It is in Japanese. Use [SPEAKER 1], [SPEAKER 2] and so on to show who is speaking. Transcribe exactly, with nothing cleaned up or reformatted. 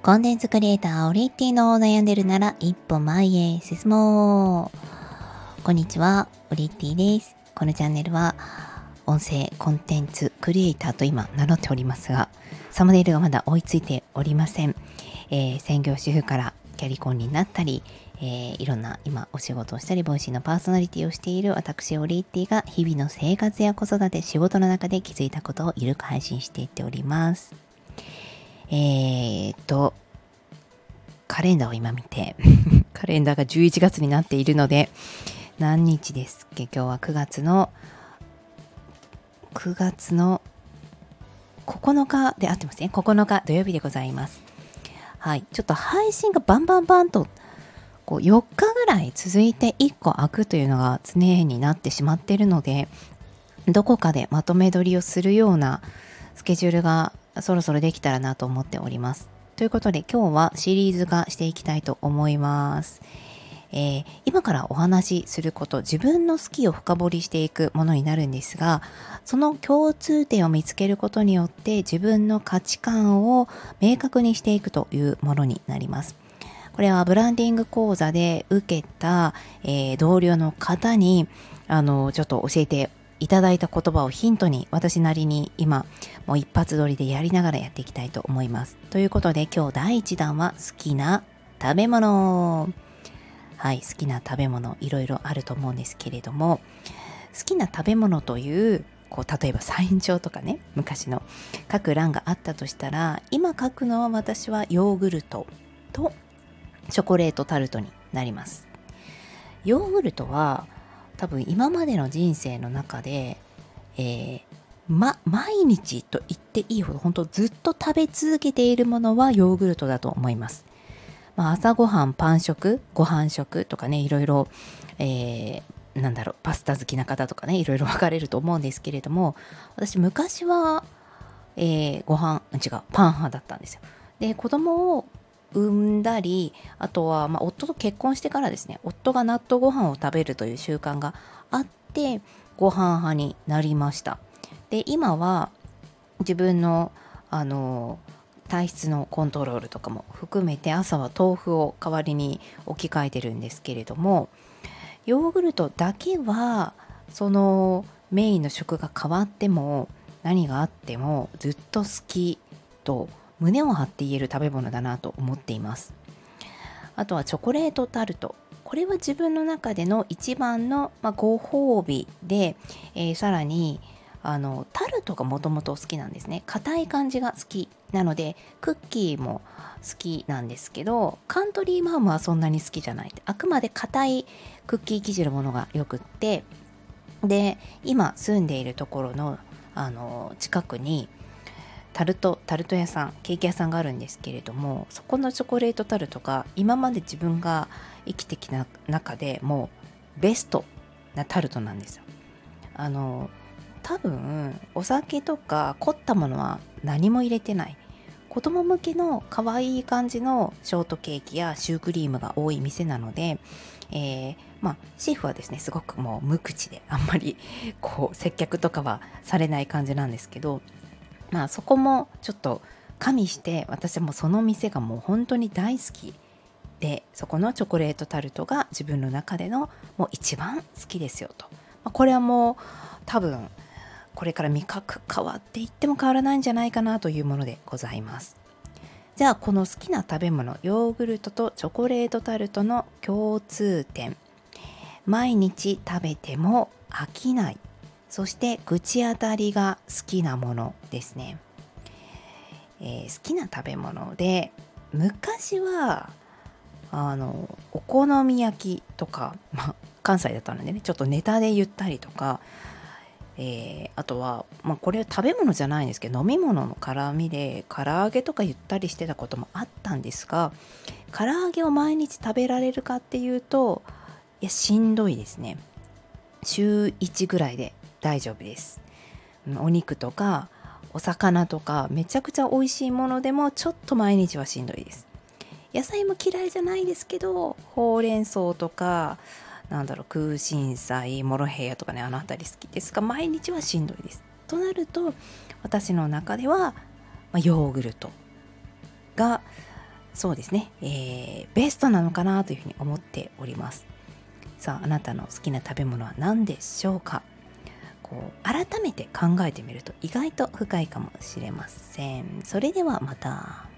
[SPEAKER 1] コンテンツクリエイターオリッティの悩んでるなら一歩前へ進もう。こんにちは、オリッティです。このチャンネルは音声コンテンツクリエイターと今名乗っておりますが、サムネイルがまだ追いついておりません。えー、専業主婦からキャリコンになったり、えー、いろんな今お仕事をしたり、ボイシーのパーソナリティをしている私オリッティが日々の生活や子育て、仕事の中で気づいたことをゆるく配信していっております。えーとカレンダーを今見てカレンダーがじゅういちがつになっているので、何日ですっけ、今日はくがつのくがつのここのかで合ってますね。ここのか土曜日でございます。はい、ちょっと配信がバンバンバンとこうよっかぐらい続いていっこ空くというのが常になってしまっているので、どこかでまとめ撮りをするようなスケジュールがそろそろできたらなと思っております。ということで今日はシリーズ化していきたいと思います。えー、今からお話しすること、自分の好きを深掘りしていくものになるんですが、その共通点を見つけることによって自分の価値観を明確にしていくというものになります。これはブランディング講座で受けた、えー、同僚の方にあのちょっと教えていただいた言葉をヒントに、私なりに今もう一発撮りでやりながらやっていきたいと思います。ということで今日だいいちだんは好きな食べ物。はい、好きな食べ物いろいろあると思うんですけれども、好きな食べ物というこう例えばサイン帳とかね、昔の書く欄があったとしたら、今書くのは私はヨーグルトとチョコレートタルトになります。ヨーグルトは多分今までの人生の中で、えーま、毎日と言っていいほど本当ずっと食べ続けているものはヨーグルトだと思います。まあ、朝ごはんパン食、ご飯食とかね、いろいろ、えー、なんだろう、パスタ好きな方とかね、いろいろ分かれると思うんですけれども、私昔は、えー、ご飯違うパン派だったんですよ。で、子供を産んだり、あとは、まあ、夫と結婚してからですね、夫が納豆ご飯を食べるという習慣があってご飯派になりました。で、今は自分のあの体質のコントロールとかも含めて朝は豆腐を代わりに置き換えてるんですけれども、ヨーグルトだけはそのメインの食が変わっても何があってもずっと好きと胸を張って言える食べ物だなと思っています。あとはチョコレートタルト、これは自分の中での一番の、まあ、ご褒美で、えー、さらにあのタルトがもともと好きなんですね。硬い感じが好きなので、クッキーも好きなんですけど、カントリーマアムはそんなに好きじゃない。あくまで硬いクッキー生地のものがよくって、で今住んでいるところのあの近くにタルトタルト屋さん、ケーキ屋さんがあるんですけれども、そこのチョコレートタルトが今まで自分が生きてきた中でもうベストなタルトなんですよ。あの多分お酒とか凝ったものは何も入れてない、子供向けの可愛い感じのショートケーキやシュークリームが多い店なので、えー、まあシェフはですね、すごくもう無口であんまりこう接客とかはされない感じなんですけど、まあそこもちょっと加味して、私はもうその店がもう本当に大好きで、そこのチョコレートタルトが自分の中でのもう一番好きですよと、まあ、これはもう多分これから味覚変わっていっても変わらないんじゃないかなというものでございます。じゃあこの好きな食べ物、ヨーグルトとチョコレートタルトの共通点、毎日食べても飽きない、そして口当たりが好きなものですね。えー、好きな食べ物で、昔はあのお好み焼きとか、まあ、関西だったのでね、ちょっとネタで言ったりとか、えー、あとは、まあ、これは食べ物じゃないんですけど、飲み物の絡みで唐揚げとか言ったりしてたこともあったんですが、唐揚げを毎日食べられるかっていうと、いやしんどいですね。週いちぐらいで大丈夫です。お肉とかお魚とかめちゃくちゃ美味しいものでもちょっと毎日はしんどいです。野菜も嫌いじゃないですけど、ほうれん草とかなんだろう、空心菜、モロヘイヤとかね、あのあたり好きですが、毎日はしんどいです。となると私の中では、まあ、ヨーグルトがそうですね、えー、ベストなのかなというふうに思っております。さあ、あなたの好きな食べ物は何でしょうか。こう改めて考えてみると意外と深いかもしれません。それではまた。